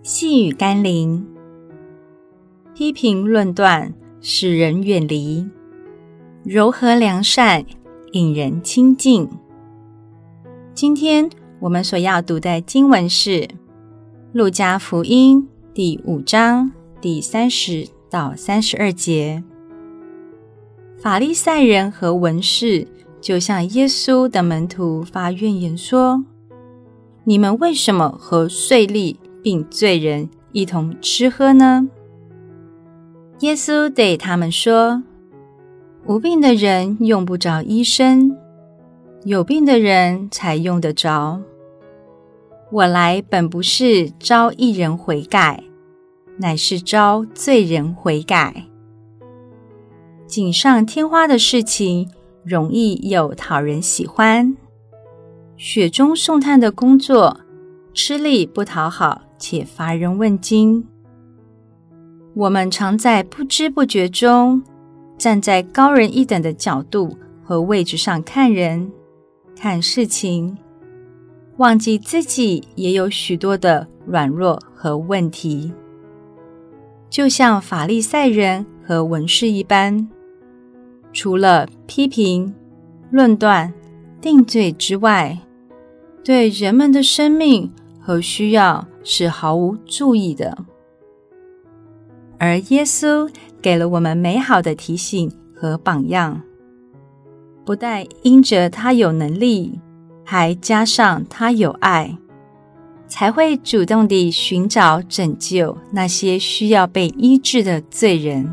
细雨甘霖，批评论断使人远离，柔和良善引人亲近。今天我们所要读的经文是路加福音第5章第30到32节。法利赛人和文士就向耶稣的门徒发怨言说：你们为什么和税吏并罪人一同吃喝呢？耶稣对他们说：无病的人用不着医生，有病的人才用得着。我来本不是招义人悔改，乃是招罪人悔改。锦上添花的事情容易又讨人喜欢，雪中送炭的工作吃力不讨好且乏人问津。我们常在不知不觉中站在高人一等的角度和位置上看人看事情，忘记自己也有许多的软弱和问题。就像法利赛人和文士一般，除了批评、论断、定罪之外，对人们的生命和需要是毫无注意的。而耶稣给了我们美好的提醒和榜样，不但因着他有能力，还加上他有爱，才会主动地寻找拯救那些需要被医治的罪人。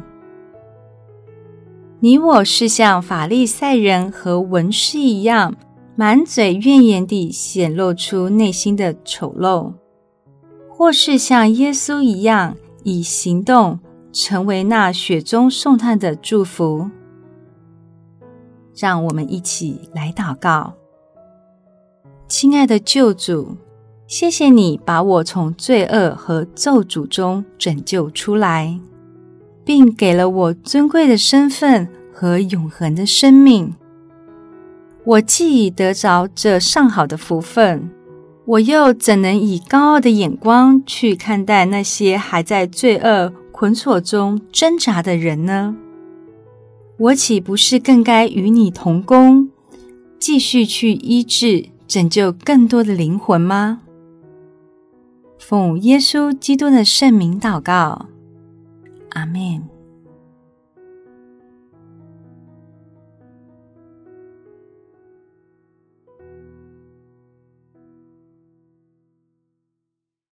你我是像法利赛人和文士一样，满嘴怨言地显露出内心的丑陋，或是像耶稣一样以行动成为那雪中送炭的祝福。让我们一起来祷告。亲爱的救主，谢谢你把我从罪恶和咒诅中拯救出来，并给了我尊贵的身份和永恒的生命。我既已得着这上好的福分，我又怎能以高傲的眼光去看待那些还在罪恶捆锁中挣扎的人呢？我岂不是更该与你同工，继续去医治、拯救更多的灵魂吗？奉耶稣基督的圣名祷告，阿们。